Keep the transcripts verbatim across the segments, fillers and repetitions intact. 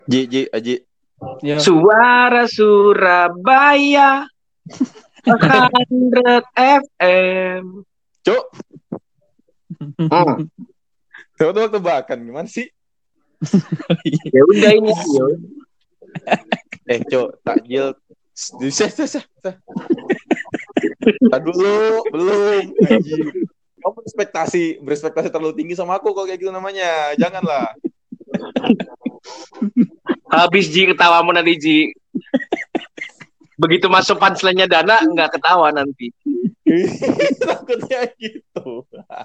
Ji, Ji, Aji. Ya. Suara Surabaya seratus F M. Cuk, Hmm. tebak tebakan gimana sih? Ya udah ini yo. Eh, Cuk, takjil. Seh, seh, seh. Tak dulu, belum. Anjing. Kamu berespektasi, berespektasi terlalu tinggi sama aku kalau kayak gitu namanya. Janganlah. Habis Ji ketawamu nanti Ji. Begitu masuk punchline-nya Dana nggak ketawa nanti. Takutnya gitu.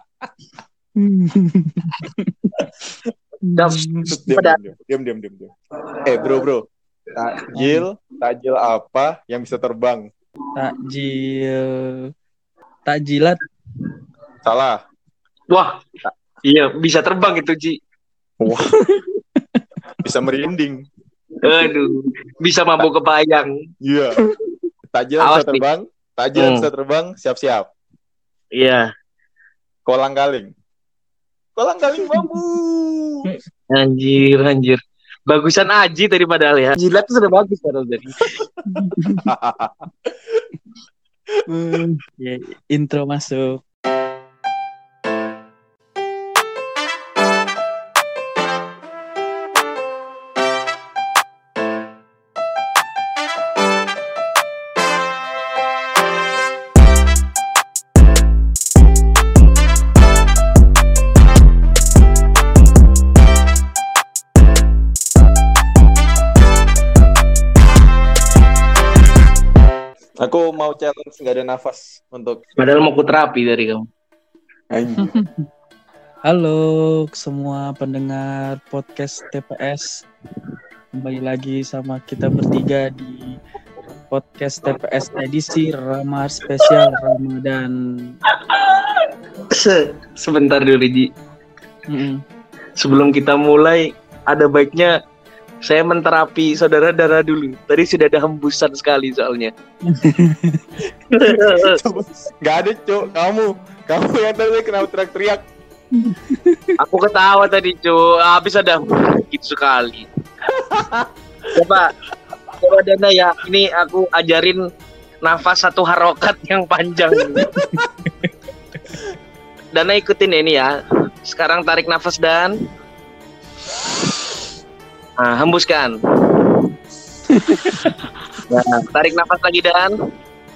Dam, Diam, diam, diam, diam, diam. Eh, bro, bro. Takjil, takjil apa yang bisa terbang? Takjil. Takjilat. Salah. Wah, iya bisa terbang itu Ji. Wah. Bisa merinding. Aduh, bisa mabuk kebayang. Iya. Takjil Awas bisa terbang, takjil Hmm. bisa terbang, siap-siap. Iya. Kolang-kaling. Kolang-kaling bambu. Anjir, anjir. Bagusan Aji tadi padahal ya. Jilat tuh sudah bagus padahal tadi. Ya, intro masuk. Aku mau challenge nggak ada nafas untuk Padahal mau ku terapi dari kamu. anjing. Halo semua pendengar podcast T P S. Kembali lagi sama kita bertiga di podcast T P S edisi Ramar spesial Ramadan. Se- Sebentar dulu Ji. Mm-mm. Sebelum kita mulai, ada baiknya saya menterapi saudara-saudara dulu. Tadi sudah ada hembusan sekali soalnya. Nggak ada, Cuk. Kamu, kamu yang tadi kenapa teriak-teriak? Aku ketawa tadi, cu. Habis ada gitu sekali. Coba, coba Dana ya. Ini aku ajarin nafas satu harokat yang panjang. Dana ikutin ini ya. Sekarang tarik nafas dan nah, hembuskan. Nah, tarik nafas lagi dan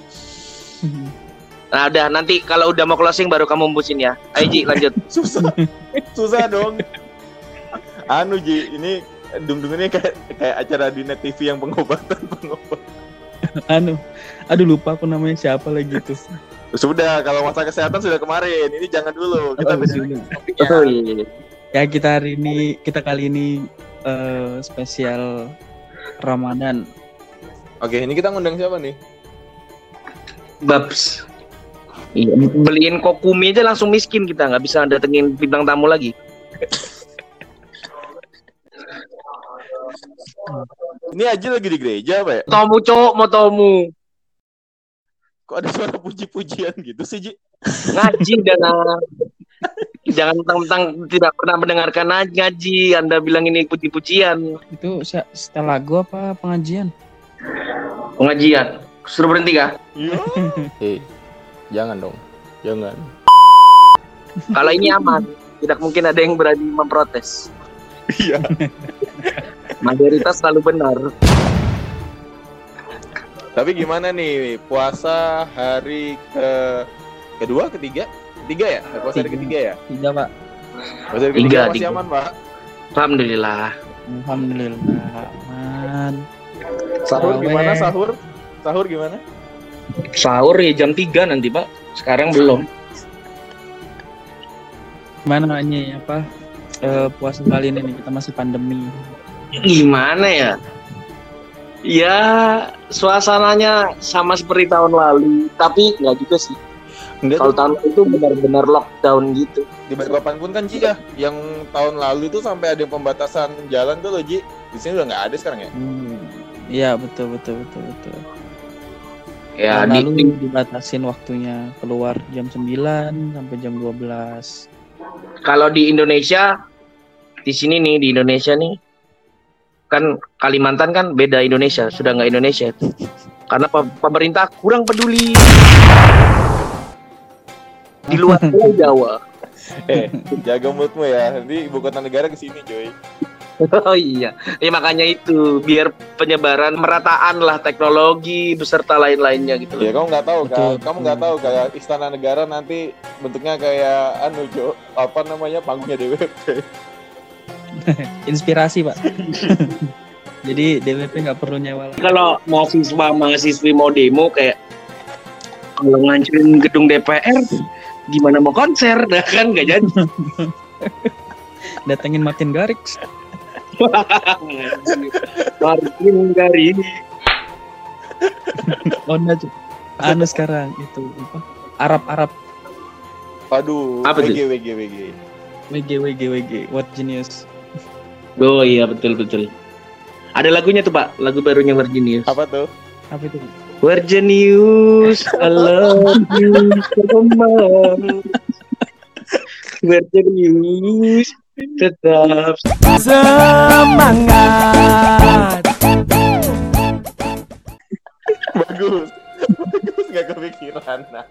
nah udah, nanti kalau udah mau closing baru kamu hembusin ya. Ayo Ji, lanjut. Susah, susah dong. Anu Ji, ini dung-dung ini kayak kayak acara di Net T V yang pengobatan pengobatan. Anu, aduh lupa aku namanya siapa lagi itu. Sudah, kalau masalah kesehatan sudah kemarin. Ini jangan dulu. Kita Oh, beda sudah. topiknya. Oh iya. Ya kita hari ini, kita kali ini eh, spesial Ramadan. Oke, ini kita ngundang siapa nih? Babs. Iya, beliin kokumi aja langsung miskin kita, nggak bisa datengin bintang tamu lagi. Ini Aji lagi di gereja apa ya? Tamu cowok mau tamu Kok ada suara puji-pujian gitu sih, Ji? ngaji Dana. Jangan mentang-mentang tidak pernah mendengarkan ngaji, Anda bilang ini puji-pujian. Itu se- setel lagu apa pengajian? Pengajian. Suruh berhenti kah? Iya. Hei, jangan dong. Jangan. Kalau ini aman, tidak mungkin ada yang berani memprotes. Iya. Mayoritas selalu benar. Tapi gimana nih puasa hari ke kedua, ketiga? Ketiga ya? Puasa hari Tiga. ketiga ya? Tiga pak. Puasa hari Tiga, ketiga masih tiga. aman, Pak? Alhamdulillah. Alhamdulillah aman. Sahur Taraweh. gimana sahur? Sahur gimana? Sahur ya jam tiga nanti Pak. Sekarang belum. Gimana namanya apa? Eh, puasa kali ini nih, kita masih pandemi. Gimana ya? Ya suasananya sama seperti tahun lalu, tapi nggak juga sih. Enggak Kalau tuh. tahun lalu itu benar-benar lockdown gitu. Di Balikpapan pun kan, Ji ya. Yang tahun lalu itu sampai ada pembatasan jalan tuh loh, Ji. Di sini udah nggak ada sekarang ya? Hmm. Iya betul betul betul betul. Ya Tahun di, lalu di- dibatasin waktunya keluar jam sembilan sampai jam dua belas. kalau di Indonesia, di sini nih di Indonesia nih kan Kalimantan kan beda Indonesia, sudah nggak Indonesia itu. Karena pe- pemerintah kurang peduli di luar Pulau Jawa. Eh, jaga mulutmu ya. Nanti ibu kota negara ke sini, coy. Oh iya, ya makanya itu biar penyebaran merataan lah teknologi beserta lain-lainnya gitu. Ya kamu nggak tahu kan? Betul. Kamu nggak tahu kayak istana negara nanti bentuknya kayak anu, Jo, apa namanya, panggungnya D W P. Inspirasi, Pak. Jadi D W P nggak perlu nyewa. Kalau mahasiswa mahasiswi mau demo kayak kalau ngancurin gedung D P R gimana mau konser, nah kan nggak jadi. Datengin makin garik. Makin garing. Oh, nah, Cuk. Anu sekarang itu apa? Arab-Arab. Waduh, Apa tuh? W G W G W G. W G W G W G. What genius. Oh iya betul betul. Ada lagunya tuh Pak, lagu barunya Virginius. Apa tuh? Apa itu? Virginius, I love you so much. Virginius, tetap Semangat. Bagus. Bagus, nggak kepikiran. Nah.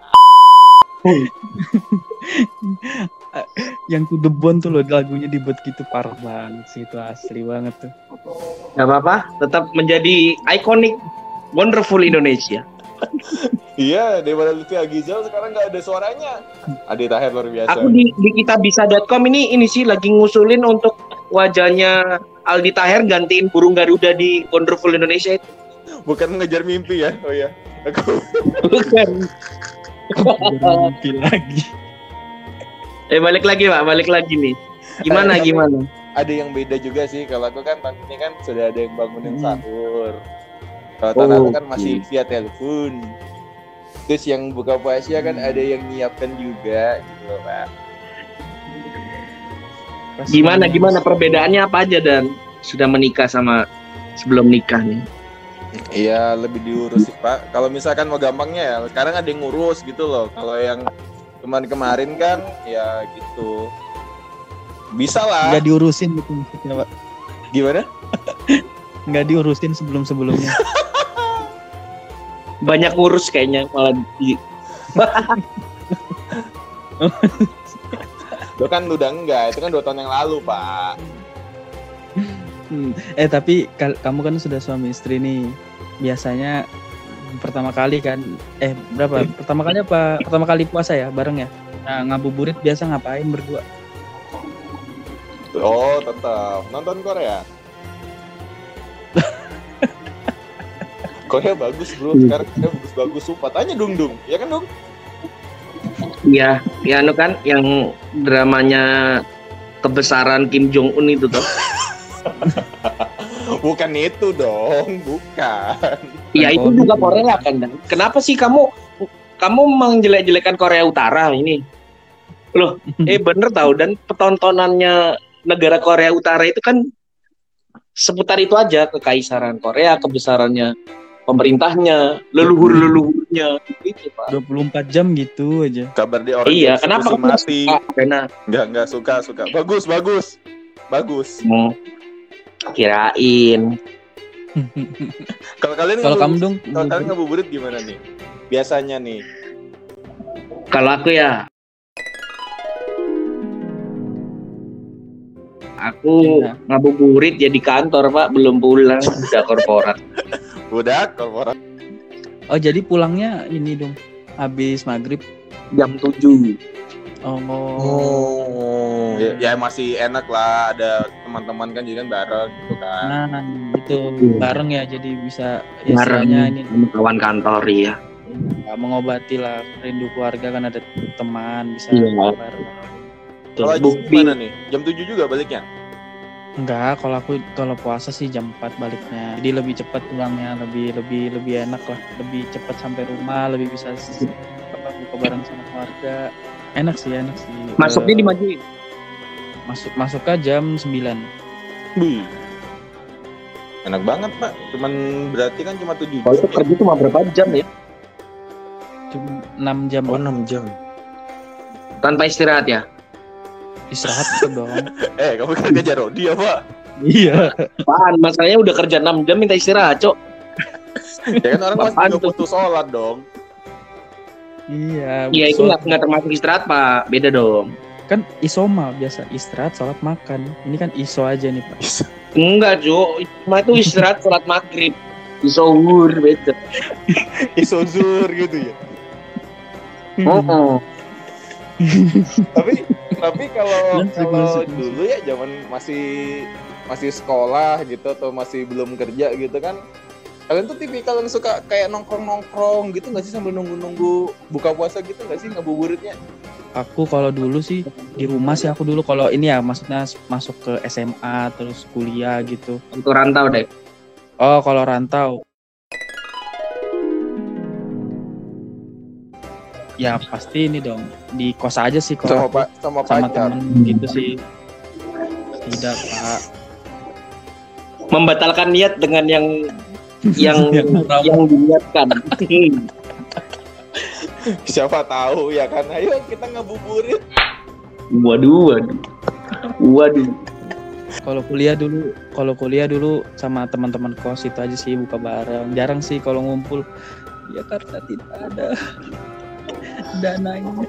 Yang to the bone tuh loh, lagunya dibuat gitu parah banget sih, itu asli banget tuh. nggak apa-apa, tetap menjadi ikonik wonderful Indonesia. Iya, daripada Lutfi Agizal sekarang nggak ada suaranya. Adi Taher luar biasa. Aku di, di kitabisa dot com ini ini sih lagi ngusulin untuk wajahnya Aldi Taher gantiin burung Garuda di wonderful Indonesia itu. Bukan mengejar mimpi ya. Oh ya. Aku Bukan. Bermimpi lagi. Eh balik lagi Pak, balik lagi nih. Gimana Eh, tapi- gimana? ada yang beda juga sih. Kalau aku kan tahun ini kan sudah ada yang bangunin Hmm. sahur. Kalau tahun lalu Oh, kan masih via telepon. Terus yang buka puasa kan ada yang nyiapkan juga gitu loh, Pak. Gimana gimana perbedaannya apa aja dan sudah menikah sama sebelum nikah nih? Iya, lebih diurus sih, Pak. Kalau misalkan mau gampangnya ya, sekarang ada yang ngurus gitu loh. Kalau yang kemarin-kemarin kan ya gitu. Bisa lah. Nggak diurusin gitu maksudnya, Pak. Gimana? Nggak diurusin sebelum-sebelumnya. Banyak ngurus kayaknya malah di Itu kan udah enggak, itu kan dua tahun yang lalu, Pak. Hmm. Eh tapi kal- kamu kan sudah suami istri nih. Biasanya pertama kali kan, eh berapa? Pertama kali apa? Pertama kali puasa ya, bareng ya. Nah, ngabuburit biasa ngapain berdua? Oh, tetap nonton Korea. Korea bagus, Bro. Sekarang Korea bagus-bagus, sumpah. Tanya Dung Dung, ya kan, Dung? ya ya anu kan yang dramanya kebesaran Kim Jong Un itu tuh. Bukan itu dong, bukan. Ya itu juga Korea kan. Dan kenapa sih kamu kamu menjelek-jelekan Korea Utara ini? Loh, eh bener tahu dan pertontonannya negara Korea Utara itu kan seputar itu aja, kekaisaran Korea, kebesarannya pemerintahnya, leluhur-leluhurnya gitu, Pak. dua puluh empat jam gitu aja. Kabar di orang Iya, dieksekusi kenapa kamu nggak mati. suka? Karena Enggak, enggak suka, suka. Bagus, bagus. Bagus. hmm, kirain Kalau kalian Kalau kamu ngabuburit- dong, kalau kalian ngabuburit gimana nih? Biasanya nih. kalau aku ya aku Iya. ngabuburit ya di kantor Pak, belum pulang, udah korporat. Budak, korporat. oh jadi pulangnya ini dong, habis maghrib. Jam tujuh. Oh, Oh. Ya, ya masih enak lah, ada teman-teman kan jadi kan bareng gitu kan. nah itu bareng ya, jadi bisa ya, Bareng istilahnya ini sama kawan kantor ya. ya, mengobati lah rindu keluarga, kan ada teman bisa Iya. bareng. Kalau Ajis Bukti gimana nih? Jam tujuh juga baliknya? Enggak, kalau aku kalau puasa sih jam empat baliknya. Jadi lebih cepat pulangnya, lebih lebih lebih enak lah, lebih cepat sampai rumah, lebih bisa s- apa, buka bareng sama keluarga. Enak sih, enak sih. masuknya Eh, dimajuin. masuk masuk ke jam sembilan. Wih. Enak banget, Pak. Cuman berarti kan cuma tujuh Kalau itu jam. kerja cuma berapa jam ya? Cuma enam jam. Oh, enam jam. Tanpa istirahat ya? Istirahat tuh dong. Eh, kamu kan kerja Rodi apa? Iya. Apaan? Masalahnya udah kerja enam jam minta istirahat, Cok. Ya kan orang Apaan masih juga tuh? butuh sholat dong. Iya. Iya, itu sholat. nggak nggak termasuk istirahat, Pak. Beda dong. Kan isoma biasa istirahat sholat makan. Ini kan iso aja nih Pak. Enggak, Cok. Cuma itu istirahat sholat maghrib. Isohur, beda. Isozur gitu ya. Oh, tapi tapi kalau Masuk, kalau masuk, masuk. dulu ya zaman masih masih sekolah gitu atau masih belum kerja gitu kan, kalian tuh tipikal yang suka kayak nongkrong nongkrong gitu nggak sih sambil nunggu nunggu buka puasa gitu nggak sih ngabuburitnya? Aku kalau dulu sih di rumah sih aku dulu kalau ini ya maksudnya masuk ke S M A terus kuliah gitu. untuk rantau deh. Oh kalau rantau ya pasti ini dong di kos aja sih Sama kalau pak sama sama pacar. temen gitu sih. Tidak Pak. Membatalkan niat dengan yang yang Yang haram. yang diniatkan. Siapa tahu ya kan, ayo kita ngabuburit. Waduh, waduh. Waduh. Kalau kuliah dulu, kalau kuliah dulu sama teman-teman kos itu aja sih buka bareng. Jarang sih kalau ngumpul. Ya karena tidak ada dananya.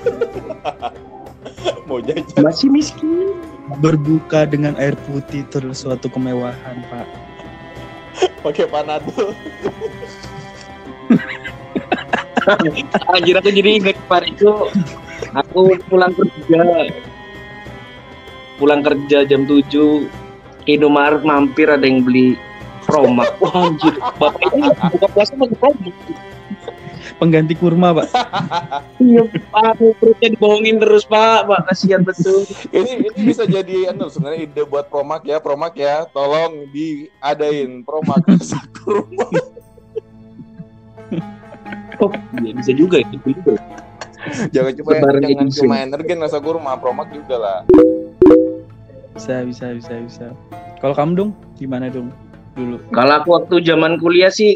Mau jajan Masih miskin. Berbuka dengan air putih terus suatu kemewahan Pak. pakai panadol. Anjir, aku jadi ingat kemarin itu aku pulang kerja pulang kerja jam tujuh ke Indomaret, mampir ada yang beli Promak. Wah anjir, bapak ini buka puasa pakai Promak. Pengganti kurma Pak. Iya Pak, perutnya dibohongin terus Pak, Pak kasihan betul. ini ini bisa jadi anu sebenarnya ide buat Promak ya, Promak ya, tolong diadain Promak satu rumah. Oh iya bisa juga itu juga. Jangan cuma Lebaran jangan edition. cuma energen rasa kurma, Promak juga lah. Bisa, bisa, bisa, bisa. Kalau kamu dong, gimana dong dulu? Kalau aku waktu zaman kuliah sih,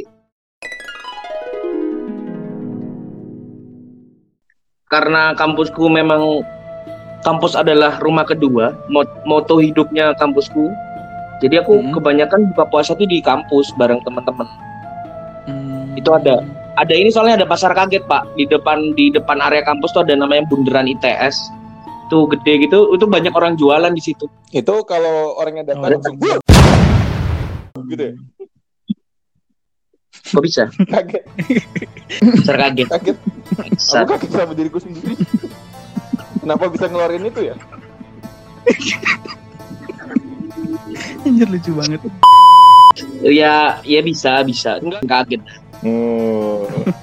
karena kampusku memang kampus adalah rumah kedua, mot- moto hidupnya kampusku. Jadi aku Hmm. kebanyakan buka puasa tuh di kampus bareng teman-teman. Hmm. Itu ada. Ada ini soalnya ada pasar kaget Pak, di depan di depan area kampus tuh ada namanya Bundaran I T S. Tuh gede gitu, itu banyak orang jualan di situ. Itu kalau orangnya datang Oh. langsung "Wuh!" gitu ya. Kok bisa? Kaget, Pasar kaget. kaget. Bangsat. Aku kaget sama diriku sendiri. Kenapa bisa ngeluarin itu ya? Anjir lucu banget. Ya, ya bisa, bisa. Enggak kaget. Hmm.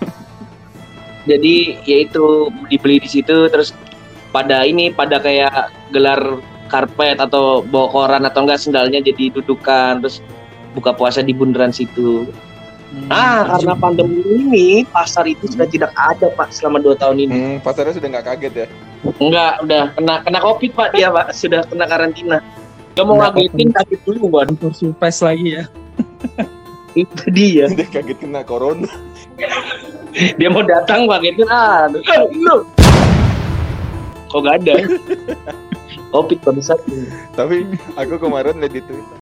Jadi ya itu dibeli di situ terus pada ini pada kayak gelar karpet atau bawa koran atau enggak sendalnya jadi dudukan terus buka puasa di bundaran situ. Hmm. Ah, karena pandemi ini pasar itu sudah tidak ada Pak selama dua tahun ini. Hmm, pasarnya sudah nggak kaget ya? Enggak, udah kena kena Covid Pak dia Pak, sudah kena karantina. Gak mau Nggak ngagetin kaget dulu Pak. Kantor surprise lagi ya. Itu dia. Dia kaget kena corona. Dia mau datang Pak gitu. Ah, aduh, lu. Kok gak ada? Covid pada saat ini. Tapi aku kemarin lihat di Twitter.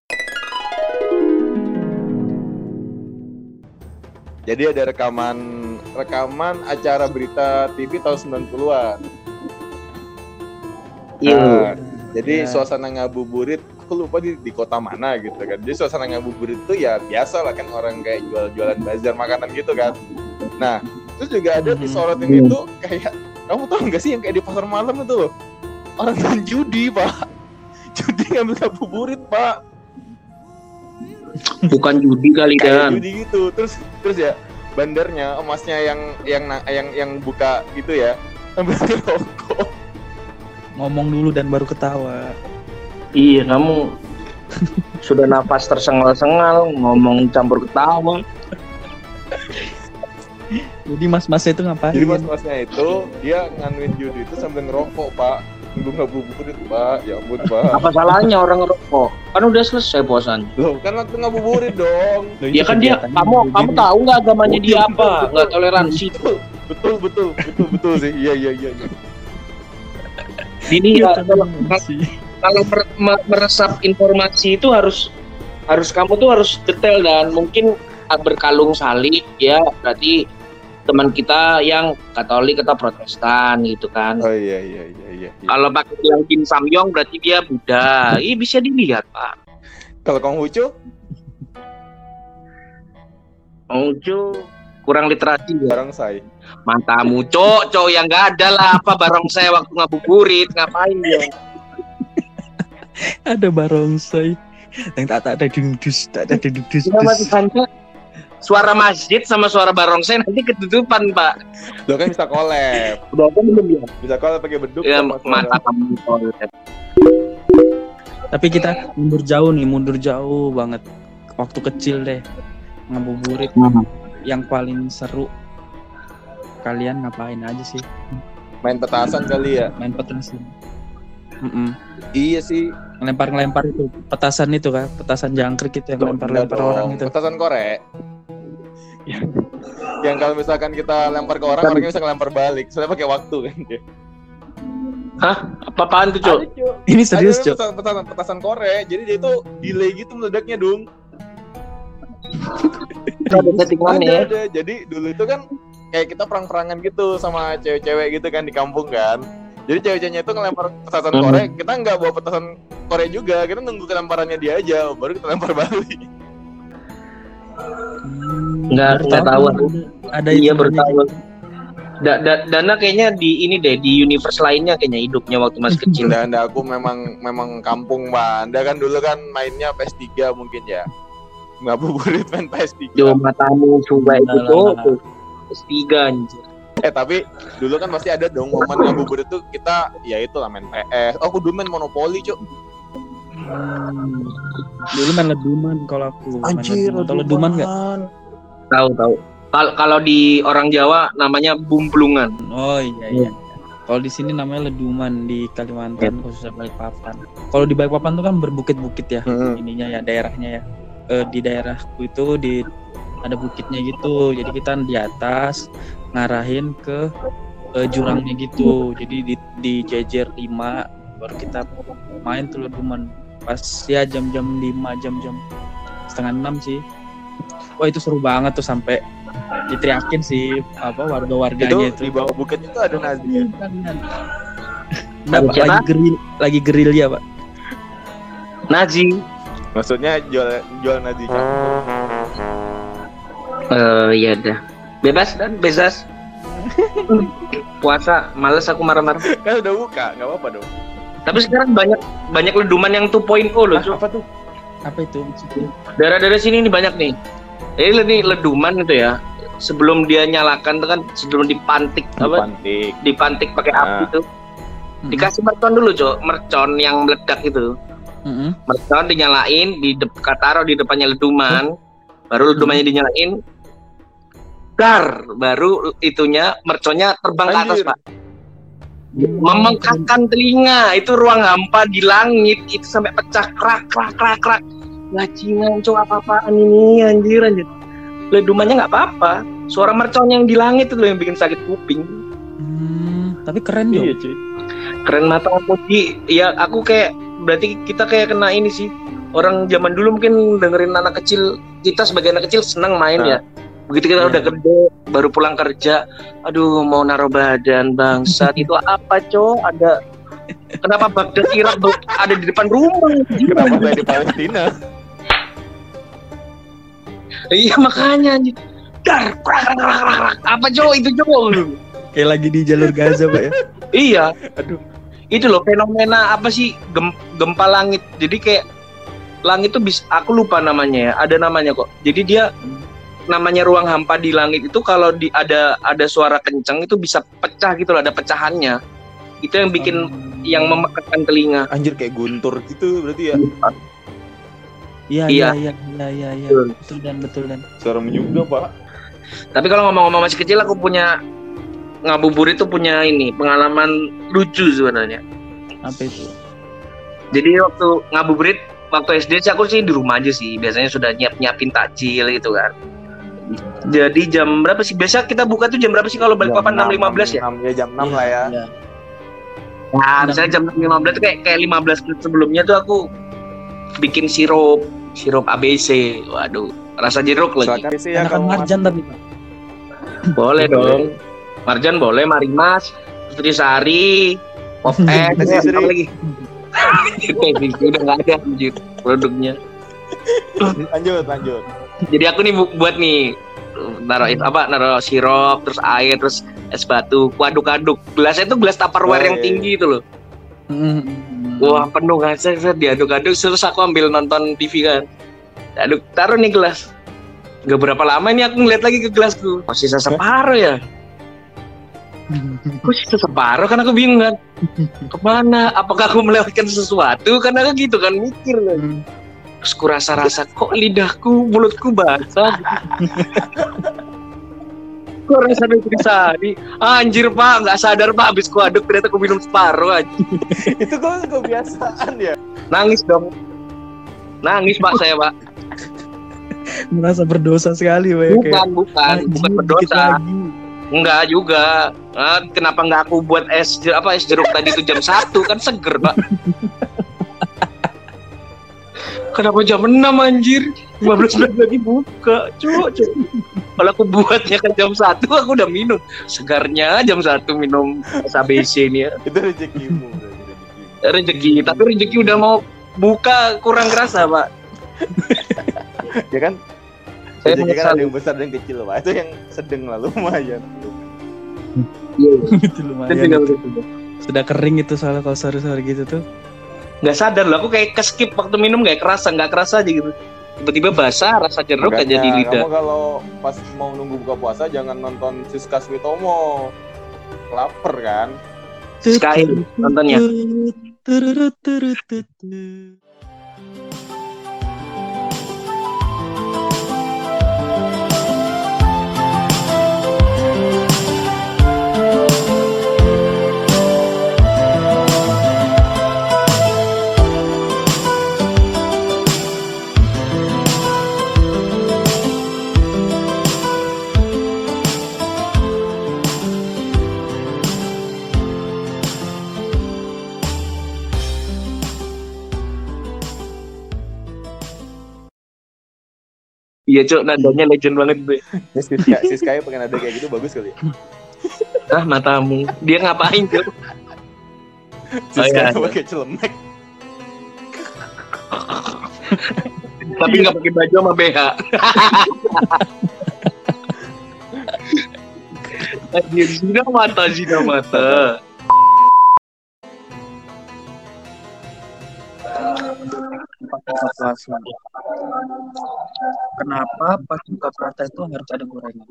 Jadi ada rekaman rekaman acara berita T V tahun sembilan puluhan. Iya. Nah, jadi Ya. suasana ngabuburit, aku lupa di, di kota mana gitu kan. Jadi suasana ngabuburit itu ya biasa lah kan orang kayak jual-jualan bazar makanan gitu kan. Nah, terus juga ada Mhm. disorotin Hmm. itu kayak, kamu tahu nggak sih yang kayak di pasar malam itu loh, orang main judi Pak, judi ngambil ngabuburit Pak, Bukan judi kali kayak Dan. judi gitu. Terus terus ya bandarnya emasnya yang yang yang yang buka gitu ya, sambil ngerokok. Ngomong dulu dan baru ketawa. Iya, kamu sudah nafas tersengal-sengal, ngomong campur ketawa. Jadi mas-masnya itu ngapain? Jadi mas-masnya itu dia nganuin judi itu sambil ngerokok Pak, nunggu ngabuburit Pak, ya ampun Pak. Apa salahnya orang ngerokok? Kan udah selesai puasanya. Loh kan waktu ngabuburit dong. Loh, Ya itu kan dia, kegiatannya kamu bunuh kamu diri. tahu nggak agamanya Oh, dia iya, apa? betul, Nggak toleransi. Betul betul betul betul betul sih. Iya iya iya. iya. Ini Iya, ya, kan kalau, sih. kalau mer- mer- meresap informasi itu harus harus kamu tuh harus detail dan mungkin berkalung salib ya, berarti teman kita yang Katolik atau Protestan gitu kan. Oh iya iya iya iya. iya. Kalau pakai yang Kim Samyong berarti dia Buddha. Ih, bisa dilihat, Pak. Kalau Konghucu? Konghucu kurang literasi ya. Barongsai. Matamu, cok, cok yang enggak ada lah apa barongsai waktu ngabuburit, ngapain ya? Ada barongsai. Yang tak tak ada dudus, tak ada dudus. Kita masih hanya suara masjid sama suara barongsai nanti ketutupan, Pak. Lo kan bisa collab. Udah kan belum ya? Bisa collab pakai beduk Ya, sama suara. mata kamu collab. Tapi kita mundur jauh nih, mundur jauh banget. Waktu kecil deh, ngabuburit. Hmm. Yang paling seru, kalian ngapain aja sih? Main petasan kali ya. Main petasan. Mm-mm. Iya sih. Ngelempar-ngelempar itu, petasan itu kan, petasan jangkrik itu yang lempar-lempar Enggak orang dong. itu. Petasan korek. Yang kalau misalkan kita lempar ke orang, orangnya bisa ngelempar balik. Soalnya pakai waktu kan dia. Hah? Apa-apaan tuh, Cok? Ada, Cuk. Ini serius, Ada Cok. petasan, petasan, petasan korek. Jadi dia itu delay gitu meledaknya, Dung. Ada settingannya Ada, ya. ada. Jadi dulu itu kan kayak kita perang-perangan gitu sama cewek-cewek gitu kan di kampung kan. Jadi cewek-ceweknya itu ngelempar petasan Hmm. korek, kita nggak bawa petasan korek juga, kita nunggu kelemparannya dia aja, baru kita lempar balik. Hmm, Nggak- baru nggak tahu aku. Ada Iya, itu baru namanya tahu. gitu. Da, da, Dana kayaknya di ini deh, di universe lainnya kayaknya hidupnya waktu masih kecil. Anda, anda aku memang memang kampung, Mbak. Anda kan dulu kan mainnya P S tiga mungkin ya. Ngabuburit main P S tiga. Jo matamu coba itu Lah, tuh. lah, lah. S tiga anjir. Eh tapi dulu kan pasti ada dong momen ngabuburit tuh kita ya itu lah main P S. Oh, aku dulu main Monopoli, Cuk. Hmm. Dulu main leduman kalau aku. Main Anjir, leduman. Atau leduman nggak? Tahu tahu. Kalau kalau di orang Jawa namanya bumblungan. Oh iya iya. Kalau di sini namanya leduman di Kalimantan, khususnya Balikpapan. Kalau di Balikpapan tuh kan berbukit-bukit ya, Hmm. ininya ya daerahnya ya. Eh, di daerahku itu di ada bukitnya gitu. Jadi kita di atas ngarahin ke eh, jurangnya gitu. Jadi di di jejer lima baru kita main tuh leduman. Pas ya jam-jam lima, jam-jam setengah enam sih. Wah itu seru banget tuh sampai diteriakin sih apa warga-warganya Itu itu. di bawah bukit itu ada Nazi ya. Nah, Pak, Siapa? lagi geril lagi gerilya, Pak. Nazi. Maksudnya jual jual Nazi campur. Eh iya dah. Bebas dan bebas. Puasa males aku marah-marah. Kan udah buka, nggak apa-apa dong. Tapi sekarang banyak banyak leduman yang dua titik nol loh, Cuk. Apa tuh? Apa itu maksudnya? Daerah-daerah sini ini banyak nih. Jadi ini leduman itu ya. Sebelum dia nyalakan tuh kan sebelum dipantik apa? Pantik. Dipantik pakai api Ah. tuh. Dikasih mercon dulu, Cok. Mercon yang meledak itu. Mm-mm. Mercon dinyalain, di depan taruh di depannya leduman. Baru ledumannya dinyalain. Dar, baru itunya merconnya terbang ke atas, Anjir. Pak. Memengkakkan telinga, itu ruang hampa di langit itu sampai pecah krak krak krak krak. Bajingan, Cok, apa-apaan ini anjir anjir. Ledumannya nggak apa-apa. Suara mercon yang di langit itu loh yang bikin sakit kuping. Hmm, tapi keren dong. Iya, cuy. Keren mata aku sih. Ya aku kayak berarti kita kayak kena ini sih. Orang zaman dulu mungkin dengerin anak kecil, kita sebagai anak kecil senang main Nah. ya. Begitu kita Iya. udah gede, baru pulang kerja, aduh mau naruh badan bangsat itu apa, Cok? Ada kenapa Baghdad Irak be- ada di depan rumah? Kenapa saya di Palestina? Iya makanya anjir. Dar, krak, krak, krak, krak, krak. Apa, Cok? Itu, Cok. Kayak lagi di jalur Gaza, Pak ya. Iya. Aduh. Itu loh fenomena apa sih gem- gempa langit. Jadi kayak langit tuh bisa aku lupa namanya ya. Ada namanya kok. Jadi dia namanya ruang hampa di langit itu kalau di ada ada suara kencang itu bisa pecah gitu loh, ada pecahannya. Itu yang bikin yang memekakkan telinga. Anjir kayak guntur gitu berarti ya. Iya Iya. iya iya iya iya iya. Betul. Betul dan betul dan. Serem juga, Pak. Tapi kalau ngomong-ngomong masih kecil aku punya ngabuburit tuh punya ini pengalaman lucu sebenarnya. Apa itu? Jadi waktu ngabuburit waktu S D sih aku sih di rumah aja sih. Biasanya sudah nyiap-nyiapin takjil gitu kan. Jadi jam berapa sih? Biasa kita buka tuh jam berapa sih kalau balik papan enam lima belas ya? enam ya jam enam lah ya. Iya. Nah, misalnya jam lima belas tuh kayak kayak lima belas menit sebelumnya tuh aku bikin sirup, sirup A B C. Waduh, rasa jeruk lagi. Silakan sih ya Enakan kalau Marjan tapi Pak. Boleh dong. Marjan boleh, Marimas, Nutrisari, Pop X, Nasi Sri. apa lagi? Udah nggak ada anjir produknya. lanjut lanjut. Jadi aku nih bu- buat nih naruh apa naruh sirup terus air terus es batu ku aduk-aduk. Gelasnya tuh gelas Tupperware Oh, yang iya, tinggi itu loh. Mm. Wah penuh kan, saya, saya diaduk-aduk terus aku ambil nonton T V kan. Aduk taruh nih gelas. Gak berapa lama ini aku ngeliat lagi ke gelasku. Oh sisa separuh ya. Kok sisa separuh kan aku bingung kan. Kemana? Apakah aku melewatkan sesuatu? Karena aku gitu kan mikir kan. Terus ku rasa-rasa kok lidahku, mulutku basah. Kok rasa Nutrisari? Anjir Pak, nggak sadar Pak, habis ku aduk ternyata ku minum separuh aja. Itu kok kebiasaan ya. Nangis dong. Nangis Pak saya Pak. Merasa berdosa sekali Pak ya, Bukan, kayak, bukan, "Anjir, bukan dikit berdosa. lagi." Enggak juga. Ah, kenapa nggak aku buat es jer- apa es jeruk tadi itu jam satu kan seger Pak. Kenapa jam enam anjir? lima belas menit lagi buka. Cuk, cuk. Kalau aku buatnya kan jam satu aku udah minum. Segarnya jam satu minum es A B C ini ya. Itu rezekimu berarti rezekimu. Rezeki, tapi rezeki udah mau buka kurang kerasa, Pak. Ya kan? Saya Rezeki kan menyesal. ada yang besar dan yang kecil, Pak. Itu yang sedang lah lumayan. Itu lumayan. Sudah kering itu soalnya kalau sore-sore gitu tuh. Nggak sadar loh, aku kayak keskip waktu minum nggak kerasa, nggak kerasa aja gitu. Tiba-tiba basah, rasa jeruk aja di Makanya, lidah. kamu kalau pas mau nunggu buka puasa jangan nonton Siska Switomo. Laper kan? Sky nontonnya. Turut, turut, turut. Iya cok, nadanya legend banget gue. Ya, Siska, Siska ya pengen ada kayak gitu bagus kali ya. Ah matamu, dia ngapain cok? Siska iya. pakai celemek. Tapi nggak pakai baju sama B H. Anjir, zina mata, zina mata. Kenapa pas buka puasa itu harus ada gorengan?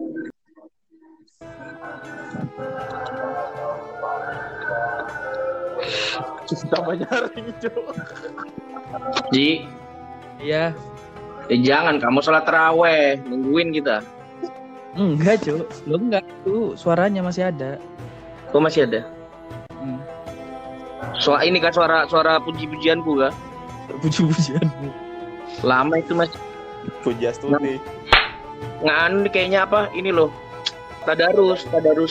Cinta menyaring, Cuk. Ji, Iya. eh, jangan kamu sholat taraweh, nungguin kita. Enggak, Cuk. Lo enggak. Tuh suaranya masih ada. Kok masih ada? Hmm. Suara ini kan suara suara puji-pujianku kan? Puji-pujianmu. Lama itu mas. Pujastuti. Ngan kayaknya apa? Ini loh. Tadarus, tadarus.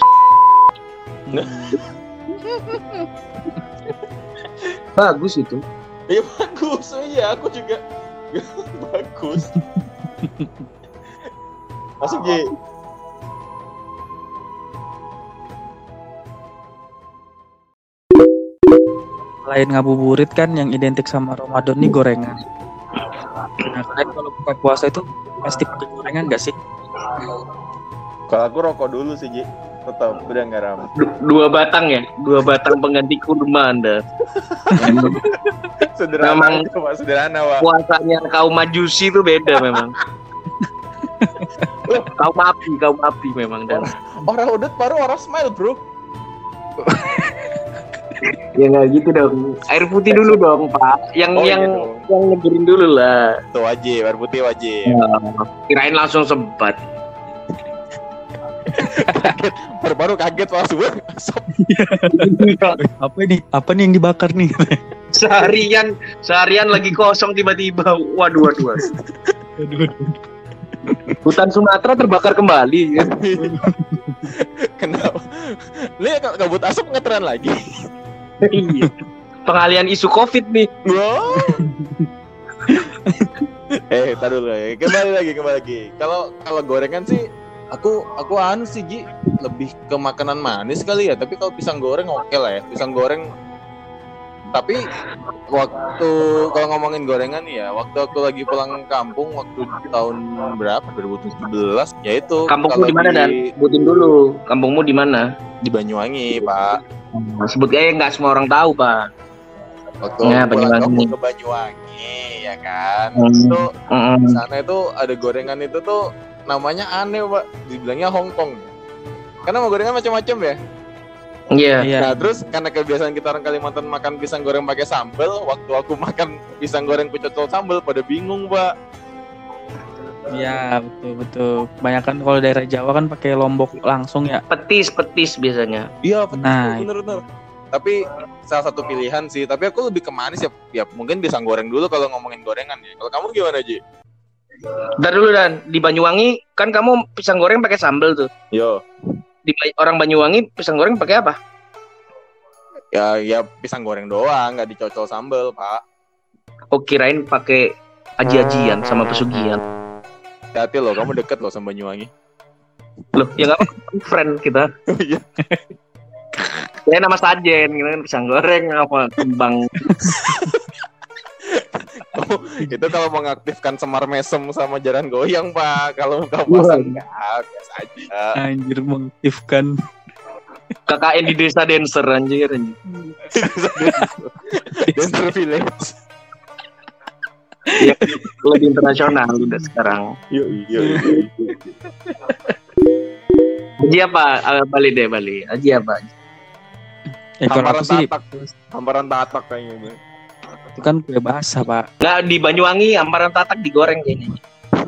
Bagus itu. Iya bagus, oh iya aku juga bagus. Masuk Ji. Selain ngabuburit kan yang identik sama Ramadan nih gorengan. Nah, kalian kalau buka puasa itu pasti pakai gorengan nggak sih? Kalau aku rokok dulu sih Ji. Tetap udah garam. Du- dua batang ya, dua batang pengganti kurma Anda. Sederhana, Memang- aja, Pak. Sederhana, Pak. Puasanya kaum majusi itu beda memang. kaum api, kaum api memang dan Orang udah baru orang smile, Bro. ya nggak gitu dong. Air putih dulu dong Pak. Yang Oh, yang iya dong. yang negerin dulu lah. Tuh wajib, air putih wajib. Kirain langsung sebat. Baru-baru kaget langsung. Apa ini? Apa nih yang dibakar nih? seharian seharian lagi kosong tiba-tiba. Waduh waduh. waduh. Aduh, aduh. Hutan Sumatera terbakar kembali. Kenapa? Lihat kabut asap ngeteran lagi. Iya. Pengalian isu Covid nih. Wow. eh, tar dulu ya. Kembali lagi, kembali lagi. Kalau kalau gorengan sih, aku aku anu sih Ji, lebih ke makanan manis kali ya. Tapi kalau pisang goreng oke lah ya. Pisang goreng. Tapi waktu kalau ngomongin gorengan ya, waktu aku lagi pulang kampung waktu tahun berapa? dua ribu tujuh belas, ya itu. Kampungmu di mana Dan? Sebutin dulu. Kampungmu di mana? Di Banyuwangi, Pak. Sebut aja nggak semua orang tahu, Pak. Waktu Ya, pulang Banyuwangi. kampung ke Banyuwangi, ya kan. Hmm. Itu Mm-mm. di sana itu ada gorengan itu tuh namanya aneh, Pak. Dibilangnya Hongkong. Karena mau gorengan macam-macam ya. Iya. Iya. Nah terus karena kebiasaan kita orang Kalimantan makan pisang goreng pakai sambal, waktu aku makan pisang goreng kucocol sambal pada bingung, Pak. Iya, betul betul. Kebanyakan kalau daerah Jawa kan pakai lombok langsung ya. Petis, petis biasanya. Iya, betul, Nah, bener-bener. Tapi salah satu pilihan sih. Tapi aku lebih ke manis ya. Ya mungkin pisang goreng dulu kalau ngomongin gorengan ya. Kalau kamu gimana, Ji? Ntar dulu Dan, di Banyuwangi kan kamu pisang goreng pakai sambal tuh. Yo, Di Ba- orang Banyuwangi pisang goreng pakai apa? ya ya pisang goreng doang, nggak dicocol sambal, Pak. Oh, kirain pakai aji-ajian sama pesugihan. Hati loh, kamu deket loh sama Banyuwangi. Loh, ya nggak apa-apa, friend kita. Iya. Ya nama sajen, gitu kan pisang goreng apa kembang. Oh, itu kalau mengaktifkan semar mesem sama jaran goyang, Pak. Kalau buka puasa Wah. enggak, biasa aja. anjir mengaktifkan. K K N di desa dancer anjir anjir. Dancer Village. Ya, lebih internasional udah sekarang. Yo, yo, yo. Aji apa? Ah, Bali deh Bali. Aji apa? Eh kalau Hamparan aku sih tatak. Hamparan tatak kayaknya. itu kan kue basah, Pak. Nggak, di Banyuwangi hamparan tatak digoreng kayaknya.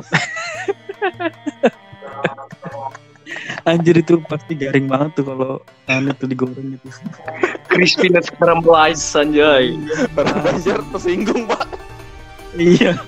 Anjir itu pasti garing banget tuh kalau anu itu digoreng gitu. Crispiness caramelized anjay. Orang Banjar tersinggung, Pak. Iya.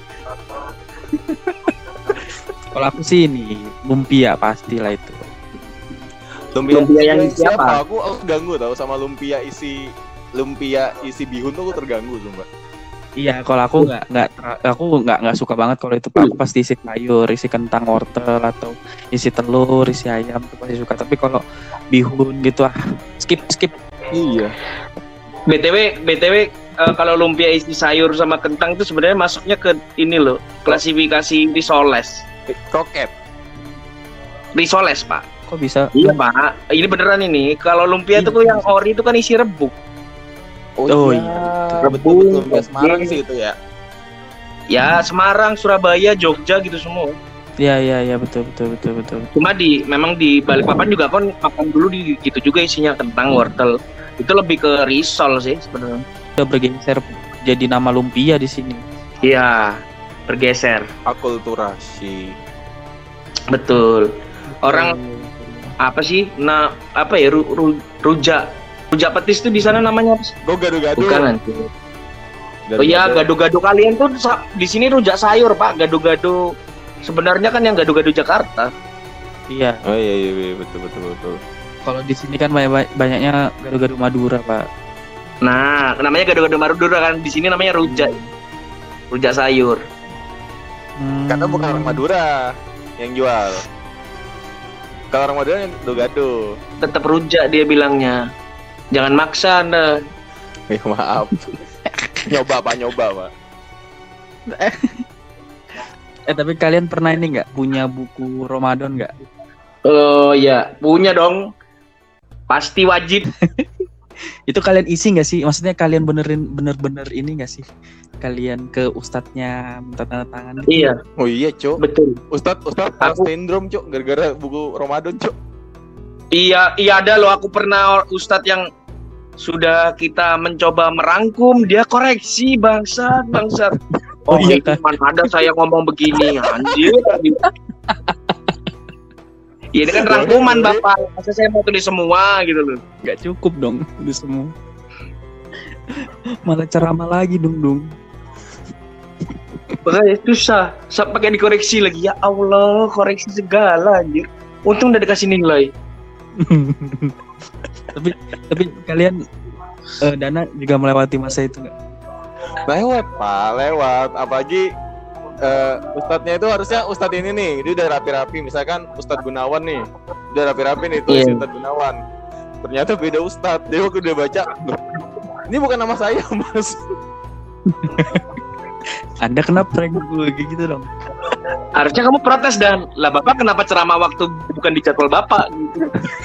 Kalau aku sih ini lumpia pastilah itu. Lumpia, Lumpia yang isi siapa? apa? Aku aku ganggu tau sama lumpia isi lumpia isi bihun tuh aku terganggu sumpah. Iya, kalau aku nggak nggak ter- aku nggak nggak suka banget kalau itu Pak. Aku pasti isi sayur, isi kentang wortel atau isi telur, isi ayam itu pasti suka. Tapi kalau bihun gitu ah skip skip. Iya. B T W B T W eh, kalau lumpia isi sayur sama kentang itu sebenarnya masuknya ke ini loh, klasifikasi risoles. Kroket. Risoles, Pak. Kok bisa? Iya, Pak. Ini beneran ini. Kalau lumpia itu tuh yang ori itu kan isi rebuk. Oh, iya. Rebung, Betul betul. Lumpia Semarang oke. sih itu ya. Ya, Semarang, Surabaya, Jogja gitu semua. Iya iya iya betul betul betul betul. Cuma di memang di Balikpapan juga kan makan dulu di gitu juga isinya kentang, wortel. Itu lebih ke risol sih sebenarnya. Udah bergeser jadi nama lumpia di sini. Iya, bergeser. Akulturasi. Betul. Orang apa sih? Nah, apa ya? Ru, ru, rujak. Rujak petis itu di sana namanya apa sih? Go gado-gado. Bukan nanti. Oh iya, gado-gado kalian tuh sa- di sini rujak sayur, Pak. Gado-gado sebenarnya kan yang gado-gado Jakarta. Iya. Oh iya iya, iya betul betul betul. Kalau di sini kan banyak banyaknya gado-gado Madura, Pak. Nah, namanya gado-gado Madura kan. Di sini namanya rujak. Rujak sayur. Hmm. Karena bukan orang Madura yang jual. Kalau orang Madura yang gado-gado. Tetap rujak dia bilangnya. Jangan maksa Anda. Eh maaf. nyoba Pak, nyoba Pak. Eh tapi kalian pernah ini nggak punya buku Ramadan nggak? Oh iya, punya dong. Pasti wajib. Itu kalian isi nggak sih? Maksudnya kalian benerin bener-bener ini nggak sih? Kalian ke ustadznya minta tanda tangan? Gitu? Iya, Oh iya, Cok. betul. Ustadz, Ustadz, Aku- sindrom, Cok, gara-gara buku Ramadan, Cok. Iya, iya ada loh. Aku pernah ustadz yang sudah kita mencoba merangkum, dia koreksi bangsat, bangsat. Oh, Oh, iya, iya, mana ada saya ngomong begini, anjir. Ya ini kan rangkuman Bapak. Masa saya mau tulis semua gitu loh. Nggak cukup dong, itu semua. Malah ceramah lagi dong dong. Makanya susah, Sa- pakai dikoreksi lagi. Ya Allah, koreksi segala anjir. Untung udah dikasih nilai. tapi tapi kalian eh, Dana juga melewati masa itu nggak? Lewat pak, lewat. Apalagi uh, ustadznya itu harusnya ustadz ini nih, dia udah rapi-rapi. Misalkan Ustadz Gunawan nih, udah rapi-rapi nih tuh Iya. Ustadz Gunawan. Ternyata beda ustadz. Dia waktu udah baca, "Loh, ini bukan nama saya mas." Anda kena prank gue kayak gitu dong. Harusnya kamu protes dan lah bapak kenapa ceramah waktu bukan di jadwal bapak gitu.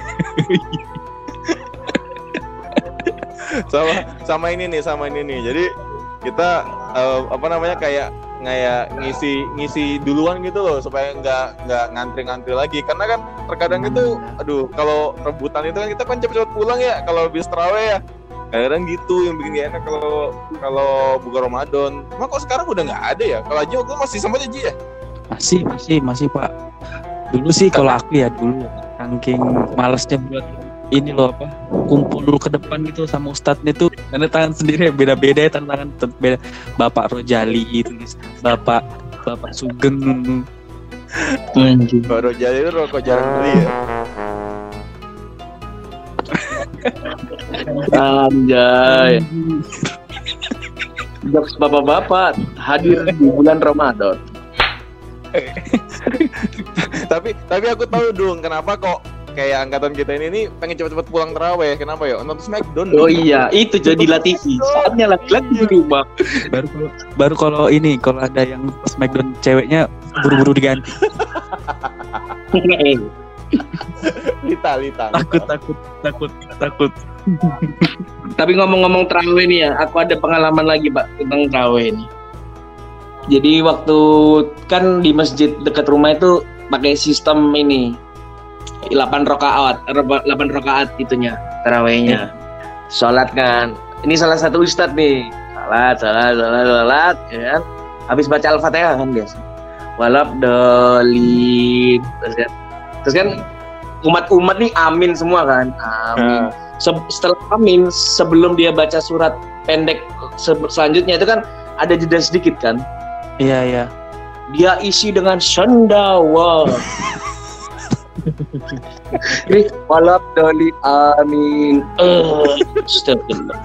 sama sama ini nih, sama ini nih. Jadi kita uh, apa namanya kayak kayak ngisi ngisi duluan gitu loh supaya nggak nggak ngantri-ngantri lagi, karena kan terkadang itu aduh kalau rebutan itu kan kita kan cepet-cepet pulang ya kalau habis tarawih ya, kadang gitu yang bikin gak enak kalau kalau buka Ramadan. Cuma kok sekarang udah nggak ada ya? Kalau aja waktu masih sama aja ya? Masih, masih, masih Pak. Dulu sih kalau aku ya dulu saking malesnya buat ini loh apa kumpul ke depan gitu sama ustadznya tuh tanda tangan sendiri ya, beda-beda ya tanda tangan tet- beda. Bapak Rojali tulis Bapak Bapak Sugeng. Anjing. Baru jadi itu rokok jarang beli ya. Anjay. Jokes bapak-bapak hadir di bulan Ramadan. tapi tapi aku tahu dong kenapa kok kayak angkatan kita ini nih pengen cepet-cepet pulang tarawih. Kenapa ya? Nonton Smackdown. Oh iya, itu jadi La T V. Saatnya lagi-lagi di rumah. Baru kalau baru kalau ini kalau ada yang Smackdown ceweknya buru-buru diganti. Lita, Lita. Takut, takut, takut, takut. Tapi ngomong-ngomong tarawih nih ya, aku ada pengalaman lagi Pak tentang tarawih ini. Jadi waktu kan di masjid dekat rumah itu pakai sistem ini delapan rakaat, delapan rakaat itunya tarawihnya. Salat kan. Ini salah satu ustadz nih. Salat, salat, salat, salat, ya kan. Habis baca Al-Fatihah kan biasa. Walab dolin. Terus kan, terus kan umat-umat nih amin semua kan. Amin. Se- setelah amin, sebelum dia baca surat pendek se- selanjutnya itu kan ada jeda sedikit kan. Iya, iya. Dia isi dengan sendawa. Ini walab dolin amin. Eh, astagfirullah.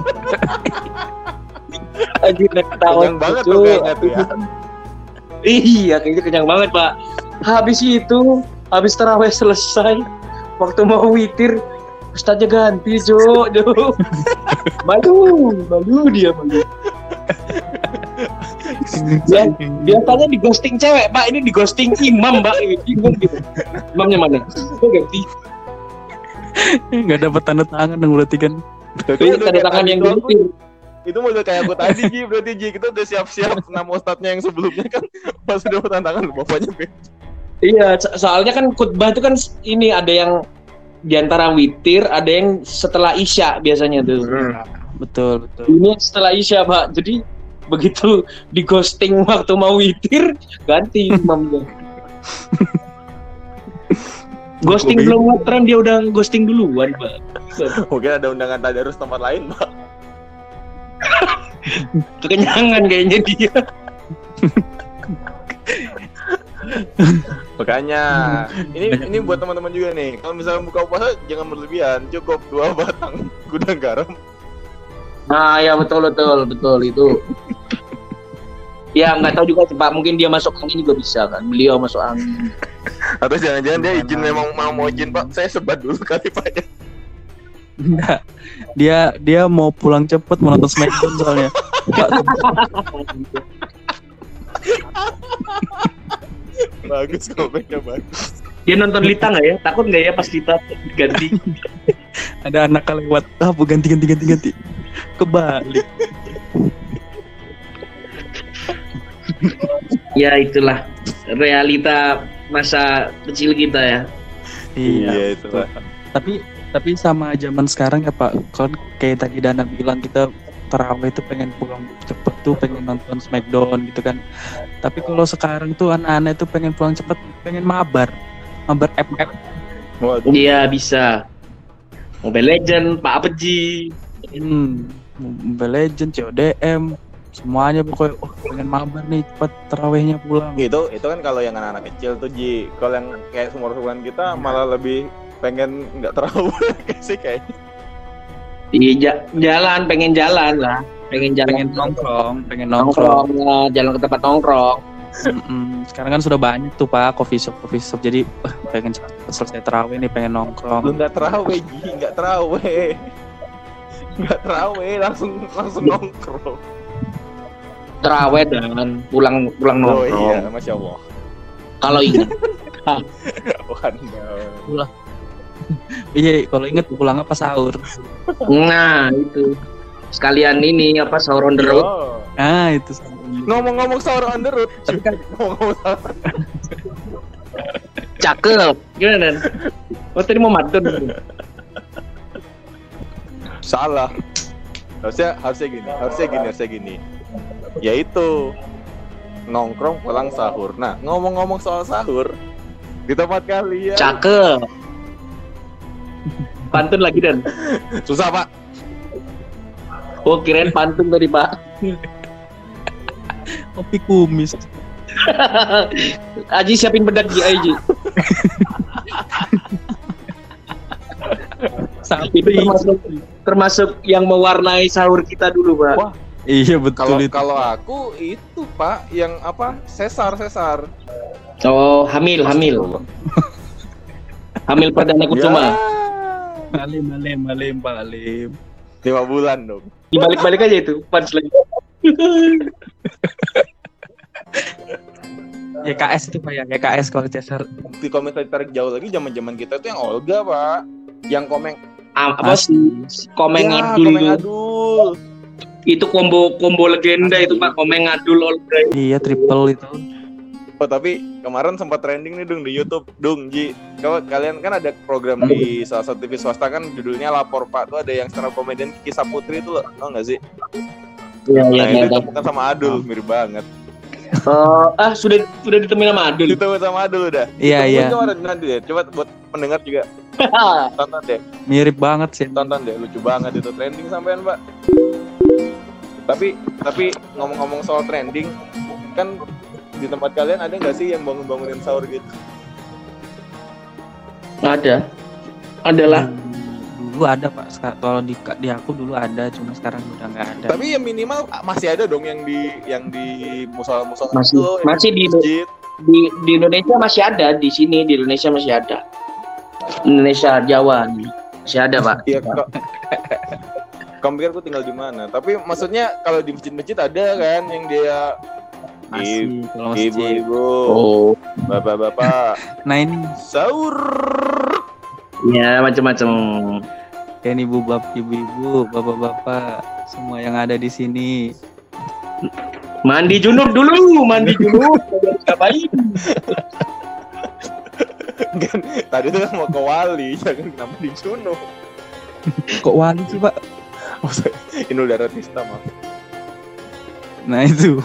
Anjir nek ketawa Kenyang banget tuh kayaknya tuh ya. Iya, kayaknya kenyang banget, Pak. Habis itu, habis tarawih selesai, waktu mau witir, ustaznya ganti, Jo, Jo. Malu, malu dia malu. Dia, biasanya di ghosting cewek, Pak. Ini di ghosting imam, Pak. Bingung gitu. Imamnya mana? Kok ganti? Nggak dapat tanda tangan dong berarti kan. Tapi tanda tangan yang ganti. Itu model kayak aku tadi Ji, berarti Ji kita udah siap-siap nama ustadznya yang sebelumnya kan pas udah tantangan bapaknya beda. Iya, so- soalnya kan khutbah itu kan ini ada yang di antara witir, ada yang setelah isya biasanya tuh. Betul, betul. Ini setelah isya, Pak. Jadi begitu di ghosting waktu mau witir, ganti imamnya. Ghosting belum ngetren dia udah ghosting duluan, Pak. Mungkin ada undangan tadarus tempat lain, Pak. Kekenyangan kayaknya dia. Makanya ini ini buat teman-teman juga nih. Kalau misalnya buka puasa jangan berlebihan, cukup dua batang gudang garam. Nah, ya betul betul betul itu. Ya nggak tahu juga Pak, mungkin dia masuk angin juga bisa kan. Beliau masuk angin. Atau jangan-jangan dia izin memang mau mau izin, Pak. Saya sebat dulu kali Pak. Enggak. Dia dia mau pulang cepet mau nonton Smackdown soalnya. Bagus komennya bagus. Dia nonton Lita nggak ya? Takut nggak ya pas Lita ganti? Ada anak lewat, ah bu ganti ganti ganti ganti. Kebalik. Ya itulah realita masa kecil kita ya. Iya itu betul. Pak. Tapi tapi sama zaman sekarang ya Pak, kan kayak tadi Dana bilang kita tarawih itu pengen pulang cepet tuh, pengen nonton Smackdown gitu kan. Tapi kalau sekarang tuh anak-anak itu pengen pulang cepet, pengen mabar, mabar F F. Waduh. Iya bisa. Mobile Legend, Pak Apeji. Hmm, Mobile Legends, C O D M, semuanya pokoknya, oh pengen mabar nih cepet tarawihnya pulang. Gitu, itu kan kalau yang anak-anak kecil tuh Ji. Kalau yang kayak seumur-umuran kita malah lebih pengen nggak terlalu sih kayaknya. Iya ja- jalan, pengen jalan lah, pengen jalan, Pengen nongkrong, pengen nongkrong. nongkrong lah, jalan ke tempat nongkrong. Mm-mm. Sekarang kan sudah banyak tuh Pak coffee shop, coffee shop. Jadi wah, pengen cepat selesai terawih nih, pengen Lu nongkrong. nggak terawih, Ji, nggak terawih. Nggak terawih, langsung langsung nongkrong. Terawih dan pulang pulang Oh nongkrong. iya, Masya Allah. Kalau ingat, Bukan. Iya, kalau inget pulangnya pas sahur. nah itu sekalian ini apa sahur on the road. Oh. Ah, itu Ngomong-ngomong sahur on the road, Tapi kan ngomong-ngomong sahur. Cakep, gimana? Oh tadi mau madon. Salah. Harusnya harusnya gini, harusnya gini, harusnya gini. Yaitu nongkrong pulang sahur. Nah, ngomong-ngomong soal sahur, di tempat kalian Cakep. Pantun lagi dan. susah, Pak. Oh kirain pantun tadi Pak. kopi kumis. Aji siapin bedak Ji Aji. Itu termasuk termasuk yang mewarnai sahur kita dulu Pak. Wah, Iya betul Kalau itu. kalau aku itu, Pak, yang apa? Sesar, sesar. Oh hamil hamil. Hamil perdana Kusuma. Ya, Malim, malim, malim, malim. lima bulan dong. Dibalik-balik aja itu punchline. Y K S itu Pak ya, Y K S kalau Cesar. Di komen tarik jauh lagi, zaman-zaman kita tuh yang Olga, Pak. Yang komeng. Ah, apa sih komeng Ya, adul komeng tuh. adul. Itu combo combo legenda itu Pak, komeng adul all day. Iya, triple itu. Oh, tapi kemarin sempat trending nih dong di YouTube, Dung Ji. Kalau kalian kan ada program di salah satu T V swasta kan judulnya Lapor Pak, tuh ada yang stand up komedian Kisah Putri itu loh, tau nggak sih? Iya Nah, iya itu iya. ditemukan sama Adul, mirip banget. Oh, ah sudah sudah ditemuin sama Adul. Ditemukan sama Adul udah. Iya, Ditemuin iya. kemarin nanti deh. Coba buat pendengar juga tonton deh, Mirip banget sih. tonton deh, lucu banget itu, trending sampean, Pak. Tapi tapi ngomong-ngomong soal trending, kan di tempat kalian ada nggak sih yang bangun-bangunin sahur gitu? Ada. Adalah Dulu ada Pak, Seka- kalau di di aku dulu ada, cuma sekarang udah nggak ada. Tapi yang minimal masih ada dong yang di yang di musola-musola Masih- itu loh, yang masih di- masjid. di di Indonesia masih ada, di sini di Indonesia masih ada. Indonesia Jawa nih. Masih ada, Pak. Iya, kok. Kamu pikir aku tinggal di mana? Tapi maksudnya kalau di masjid-masjid ada kan yang dia Masih kalau masjid. ibu-ibu, Oh, bapak-bapak, Nah ini sahur. ya macam-macam. kan ibu bap ibu-ibu, bapak-bapak, semua yang ada di sini. Mandi junub dulu, mandi junub. Ngapain? Kan tadi tuh kan mau ke wali, jangan kenapa di Juno. Kok wali sih Pak? Maksudnya Inul Daratista mah. Nah itu.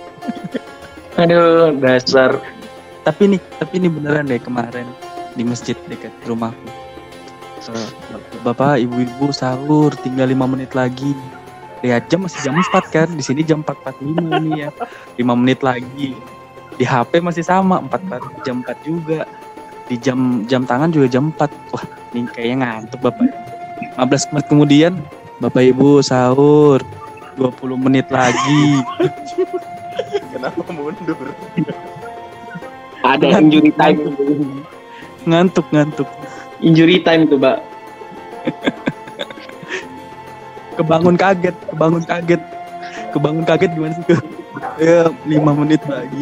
Aduh, dasar. Tapi nih, tapi ini beneran deh kemarin di masjid dekat rumahku. Eh, Bapak, ibu-ibu sahur, tinggal lima menit lagi. Lihat jam masih jam empat kan? Di sini jam empat empat puluh lima nih ya. lima menit lagi. Di H P masih sama empat empat jam empat juga. Di jam jam tangan juga jam empat. Wah, ini kayaknya ngantuk Bapak. lima belas menit kemudian, Bapak Ibu sahur. dua puluh menit lagi. Kenapa mundur? Ada injury time. Ngantuk, ngantuk. Injury time tuh, Mbak. Kebangun kaget, kebangun kaget. Kebangun kaget gimana sih tuh? Ya, lima menit lagi.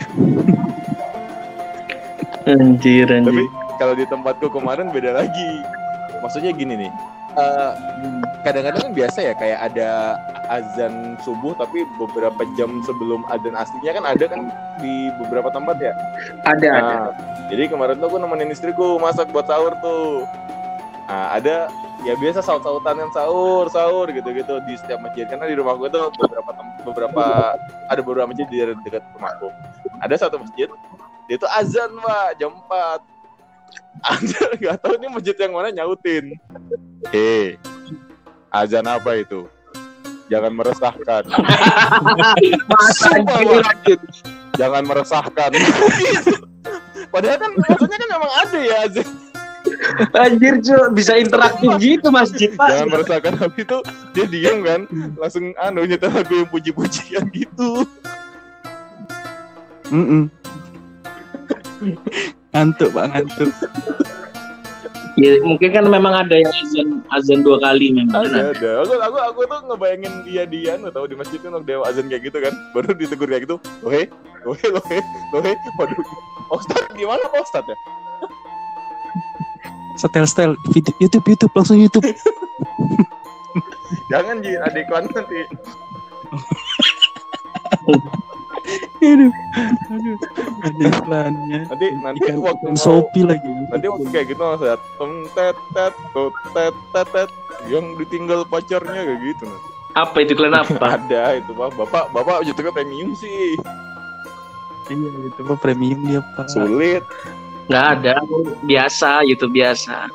Anjir, Tapi anjir. kalau di tempatku kemarin beda lagi. Maksudnya gini nih. eh, kadang-kadang kan biasa ya kayak ada azan subuh tapi beberapa jam sebelum azan aslinya kan ada kan di beberapa tempat ya. Ada, ada. Nah, jadi kemarin tuh aku nemenin istriku masak buat sahur tuh. Nah, ada ya biasa saut-sautan yang sahur, sahur gitu-gitu di setiap masjid. Karena di rumahku itu beberapa tem- beberapa ada beberapa masjid di dekat rumahku. Ada satu masjid, dia tuh azan, Pak, jam empat. Azan, nggak tahu ini masjid yang mana nyautin. Hei, azan apa itu? Jangan meresahkan. Masa Sumpah, anjir, Pak. anjir. Jangan meresahkan. Padahal kan maksudnya kan memang ada ya azan. Anjir cuy, bisa interaktif gitu masjid Pak. Jangan merasakan habis itu dia diam kan, langsung anu nyetel lagu yang puji-pujian gitu. Mm-mm. Ngantuk Pak, ngantuk. Ya mungkin kan memang ada yang azan azan dua kali memang. Ada, ada. Aku, aku, aku tuh ngebayangin dia dia, anu tahu di masjid kan waktu dia azan kayak gitu kan, baru ditegur kayak gitu, oke, oke, oke, oke, waduh, Ustad gimana Pak Ustad ya? Setel-setel video YouTube, YouTube langsung YouTube. Jangan Ji, ada iklan nanti. Aduh, aduh, ada iklannya. Nanti nanti Ikan, waktu ikan Shopee lagi. nanti waktu kayak gitu Ustad, tem tet tet tut, tet tet tet, yang ditinggal pacarnya kayak gitu nanti. Apa itu iklan apa? Ada itu Pak, bapak bapak YouTube premium sih, Iya, itu Pak premium dia Pak. sulit. Nggak ada, biasa YouTube biasa.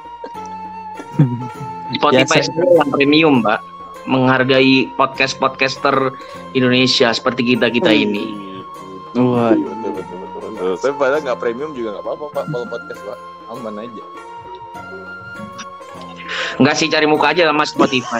Spotify Biasa. sendiri yang premium, Mbak. Menghargai podcast-podcaster Indonesia seperti kita-kita ini. Wah, Betul betul betul betul. Tapi padahal nggak premium juga nggak apa-apa Pak, kalau podcast Pak aman aja. Nggak sih, cari muka aja sama Spotify.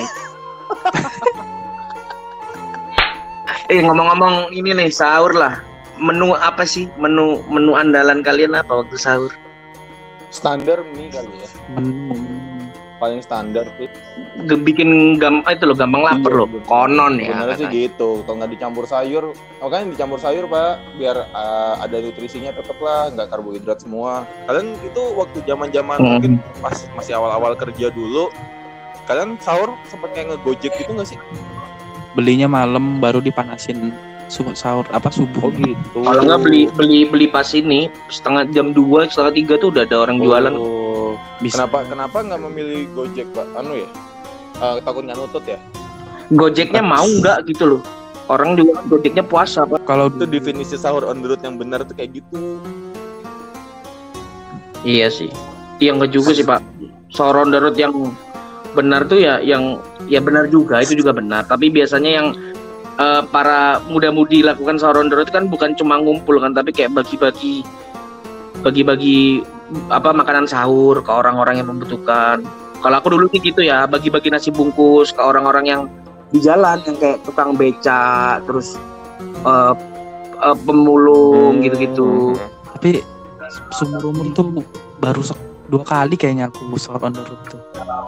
Eh ngomong-ngomong ini nih, sahur lah. Menu apa sih? Menu menu andalan kalian apa waktu sahur? Standar mie kali ya, hmm. paling standar tuh. Ge- Bikin gampang itu loh, gampang lapar Iya, loh. bener. Konon ya. Sebenarnya sih katanya. gitu. Kalau nggak dicampur sayur, makanya dicampur sayur Pak, biar uh, ada nutrisinya tetap lah, nggak karbohidrat semua. Kalian itu waktu zaman-zaman Hmm. mungkin pas masih awal-awal kerja dulu, kalian sahur sempat kayak ngegojek gitu nggak sih? Belinya malam baru dipanasin su- sahur apa subuh. gitu. Kalau nggak beli beli beli pas ini setengah jam dua setengah tiga tuh udah ada orang jualan. Oh. Bisa. Kenapa kenapa nggak memilih Gojek Pak? Anu ya? Uh, takut nggak nutut ya? Gojeknya mau nggak gitu loh. Orang juga Gojeknya puasa Pak. Kalau Itu definisi sahur on the road yang benar tuh kayak gitu. Iya sih. Iya nggak juga sih Pak. Sahur on the road yang benar tuh ya yang ya benar juga, itu juga benar. Tapi biasanya yang eh, para muda-mudi lakukan sahur on the road kan bukan cuma ngumpul kan, tapi kayak bagi-bagi bagi-bagi apa makanan sahur ke orang-orang yang membutuhkan. Kalau aku dulu sih gitu ya, bagi-bagi nasi bungkus ke orang-orang yang di jalan, yang kayak tukang beca, terus eh, eh, pemulung gitu-gitu. tapi seumur umur tuh baru se- dua kali kayaknya aku sahur on the road tuh.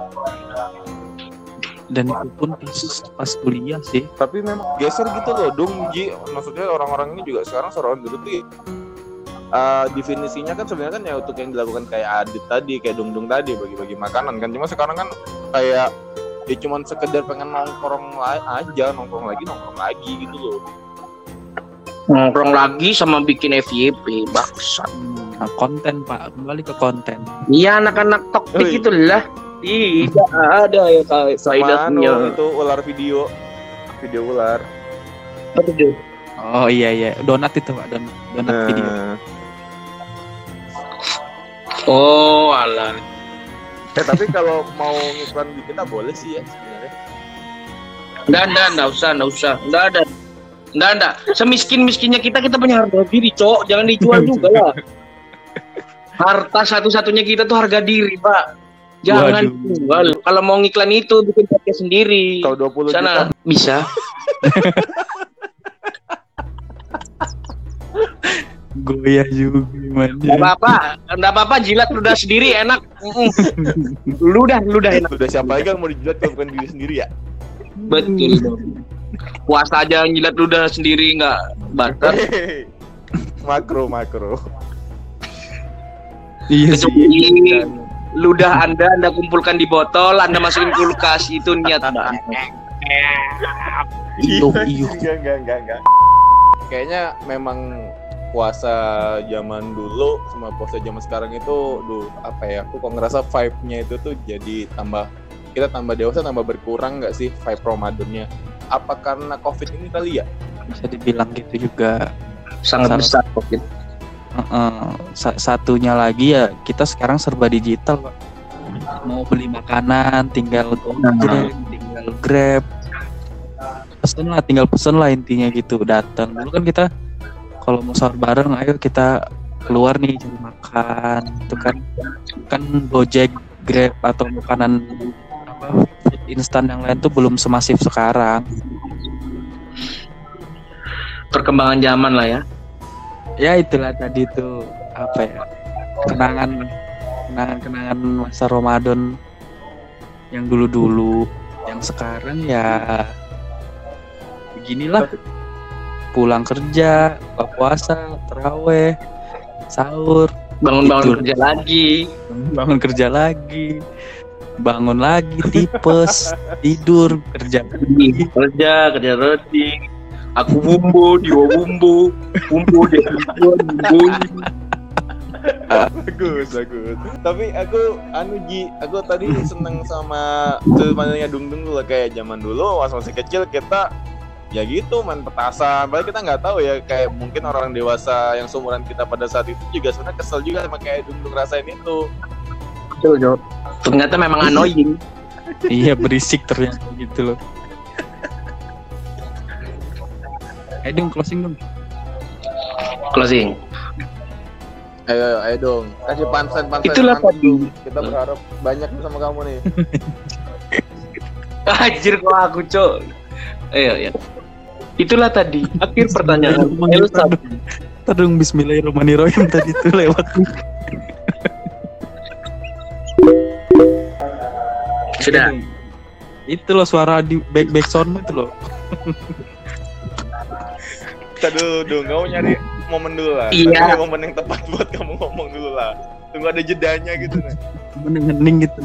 Dan itu pun pas, pas kuliah sih. Tapi memang geser gitu loh, dong Ji. Maksudnya orang-orang ini juga sekarang sahur on the road tuh uh, definisinya kan sebenarnya kan ya untuk yang dilakukan kayak Adit tadi, kayak Dung-Dung tadi, bagi-bagi makanan kan. Cuma sekarang kan kayak dia cuma sekedar pengen nongkrong la- aja, nongkrong lagi, nongkrong lagi gitu loh. Nongkrong lagi sama bikin F Y P, bangsat. Nah, konten Pak, kembali ke konten. Iya anak-anak tokpik Oi. itulah. Tidak ada ya kayak Sama anu, faedahnya. itu ular video, video ular. Aduh. Oh iya iya, donat itu Pak, donat, donat video. Nah, Oh alah. eh tapi kalau mau ngiklan di kita boleh sih ya sebenarnya. Nggak, nggak, nggak usah, nggak usah. Nggak ada. Nggak, nggak. Semiskin-miskinnya kita, kita punya harga diri, Cok. Jangan dijual juga lah. Harta satu-satunya kita tuh harga diri, Pak. Jangan Waduh. dijual. Kalau mau ngiklan itu, bikin podcast sendiri. Kalau dua puluh juta Sana, bisa. Goyah juga gimana. Nggak apa-apa. Nggak apa-apa, jilat ludah sendiri, enak. Mm-mm. Ludah, ludah enak. udah siapa lagi yang mau dijilat kalau bukan diri sendiri ya? Betul. Puasa aja njilat ludah sendiri, nggak batal. Hehehe. makro makro. Iya sih. Kecuali ludah Anda Anda kumpulkan di botol, Anda masukin kulkas, itu niat Mbak. Iyo iyo. Enggak enggak enggak enggak. Kayaknya memang puasa zaman dulu sama puasa zaman sekarang itu, duh apa ya? Aku kok ngerasa vibe-nya itu tuh jadi tambah, kita tambah dewasa tambah berkurang nggak sih vibe Ramadannya? Apa karena COVID ini kali ya? Bisa dibilang gitu juga. Sangat Besar. besar COVID. Uh-uh. Sa- satunya lagi ya kita sekarang serba digital Pak. Mau beli makanan tinggal Gojek, tinggal Grab, pesen lah, tinggal pesen lah intinya gitu, datang. Dulu kan kita kalau mau sahur bareng, ayo kita keluar nih cari makan, itu kan kan Gojek, Grab atau makanan apa food instan yang lain tuh belum semasif sekarang. Perkembangan zaman lah ya. Ya itulah tadi tuh apa ya kenangan kenangan kenangan masa Ramadan yang dulu-dulu, yang sekarang ya beginilah, pulang kerja, buka puasa, taraweh, sahur, Bangun-bangun tidur. kerja lagi. bangun kerja lagi, bangun lagi, tipes, tidur, kerja lagi. Kerja, kerja roti. Aku bumbu, dia bumbu, bumbu dia bumbu, bumbu. Bagus, bagus. Tapi aku anu Ji, aku tadi seneng sama ceritanya Dung Dung dulu, kayak zaman dulu pas masih kecil kita ya gitu main petasan. Padahal kita nggak tahu ya, kayak mungkin orang dewasa yang seumuran kita pada saat itu juga sebenarnya kesel juga sama kayak Dung Dung rasain itu. Betul, Jo. Ternyata memang annoying. Iya, berisik ternyata gitu loh. Eh dong, closing dong. Closing. Ayo, ayo, ayo dong, kasih pansen pansen. Itulah pansen, tadi. Dung. Kita berharap banyak sama kamu nih. Anjir kok aku, Cok. Ayo, ya. Itulah tadi akhir pertanyaan Elsa. Tadung bismillahirrahmanirrahim tadi tuh lewat. Sudah. Itu loh suara di back back sound itu loh. Kita dulu dong, kamu nyari momen dulu lah. Iya. Nyari momen yang tepat buat kamu ngomong dulu lah. Tunggu ada jedanya gitu nih. Hening gitu.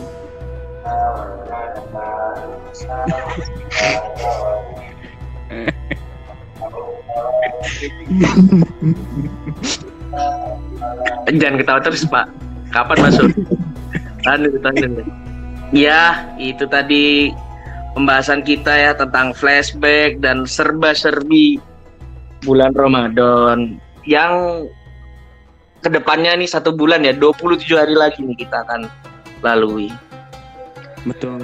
Jangan ketawa terus, Pak. Kapan masuk? Tahan dulu, tahan dulu. Ya, itu tadi pembahasan kita ya tentang flashback dan serba-serbi bulan Ramadan yang kedepannya nih satu bulan ya, dua puluh tujuh hari lagi nih kita akan lalui. Betul.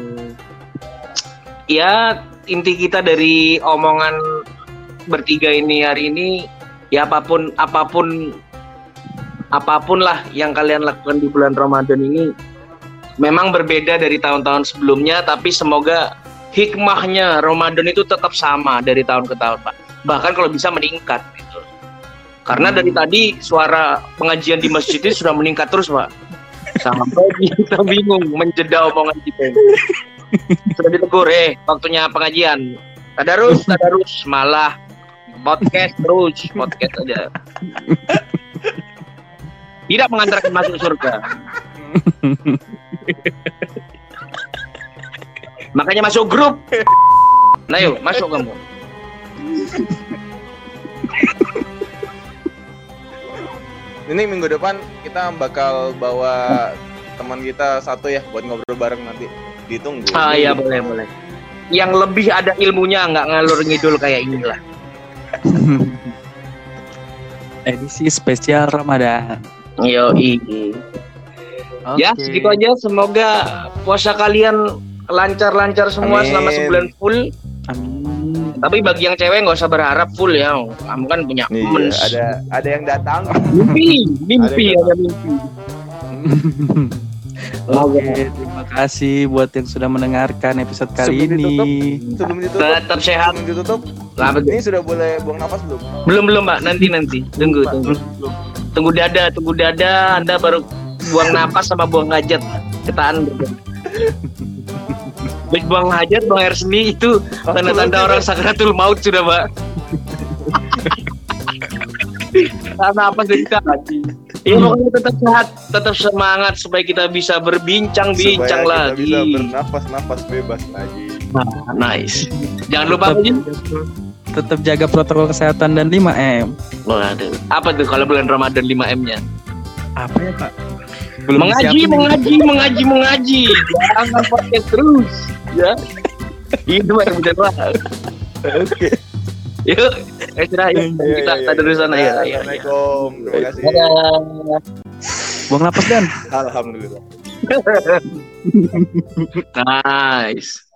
Ya, inti kita dari omongan bertiga ini hari ini ya apapun apapun apapun lah yang kalian lakukan di bulan Ramadan ini memang berbeda dari tahun-tahun sebelumnya, tapi semoga hikmahnya Ramadan itu tetap sama dari tahun ke tahun, Pak. Bahkan kalau bisa meningkat gitu. Karena dari tadi suara pengajian di masjid itu sudah meningkat terus, Pak. Sampai kita bingung menjeda omongan kita. Sudah ditegur, eh waktunya pengajian. Tadarus, tadarus, malah podcast terus, podcast aja. Tidak mengantarkan masuk surga. Makanya masuk grup. Nah yuk, masuk kamu. Ini minggu depan kita bakal bawa teman kita satu ya buat ngobrol bareng nanti. Ditunggu. Ah iya, boleh boleh. Yang lebih ada ilmunya, nggak ngalur ngidul kayak inilah. Edisi spesial Ramadan. Yo iya. Ya segitu aja. Semoga puasa kalian lancar-lancar semua. Amin. Selama sebulan full. Amin. Tapi bagi yang cewek nggak usah berharap full ya. Kamu kan punya Iya, mens. ada ada yang datang. Mimpi, mimpi Ada ada mimpi. Oke, terima kasih buat yang sudah mendengarkan episode kali Sebelum ini. ditutup, sebelum ditutup, Tetap sehat. sebelum ditutup, Apa tuh? ini sudah boleh buang nafas belum? Belum belum Mbak, nanti nanti. Tunggu Lupa, tunggu. belum. Tunggu dada, tunggu dada. Anda baru buang napas sama buang hajat. Ketahan beda. Baik buang hajat, buang air seni itu tanda-tanda orang sakratul maut sudah, Mbak. Karena apa sih kita lagi? Ya pokoknya tetap sehat, tetap semangat supaya kita bisa berbincang-bincang Supaya lagi. kita bisa bernafas-nafas bebas lagi. Nah, nice. Jangan lupa Tetap, aja. tetap jaga protokol kesehatan dan lima M. Waduh, apa tuh kalau bulan Ramadan lima M-nya? Apa ya, Pak? Belum Mengaji, disiapin. mengaji, mengaji, mengaji. Jangan podcast terus, ya. Itu yang benar lah. Oke. Yuk, istirahat. Iya, Kita iya, kita dulu iya. sana ya. Assalamualaikum. Terima kasih. Dadah. Buang napas Dan. Alhamdulillah. Nice.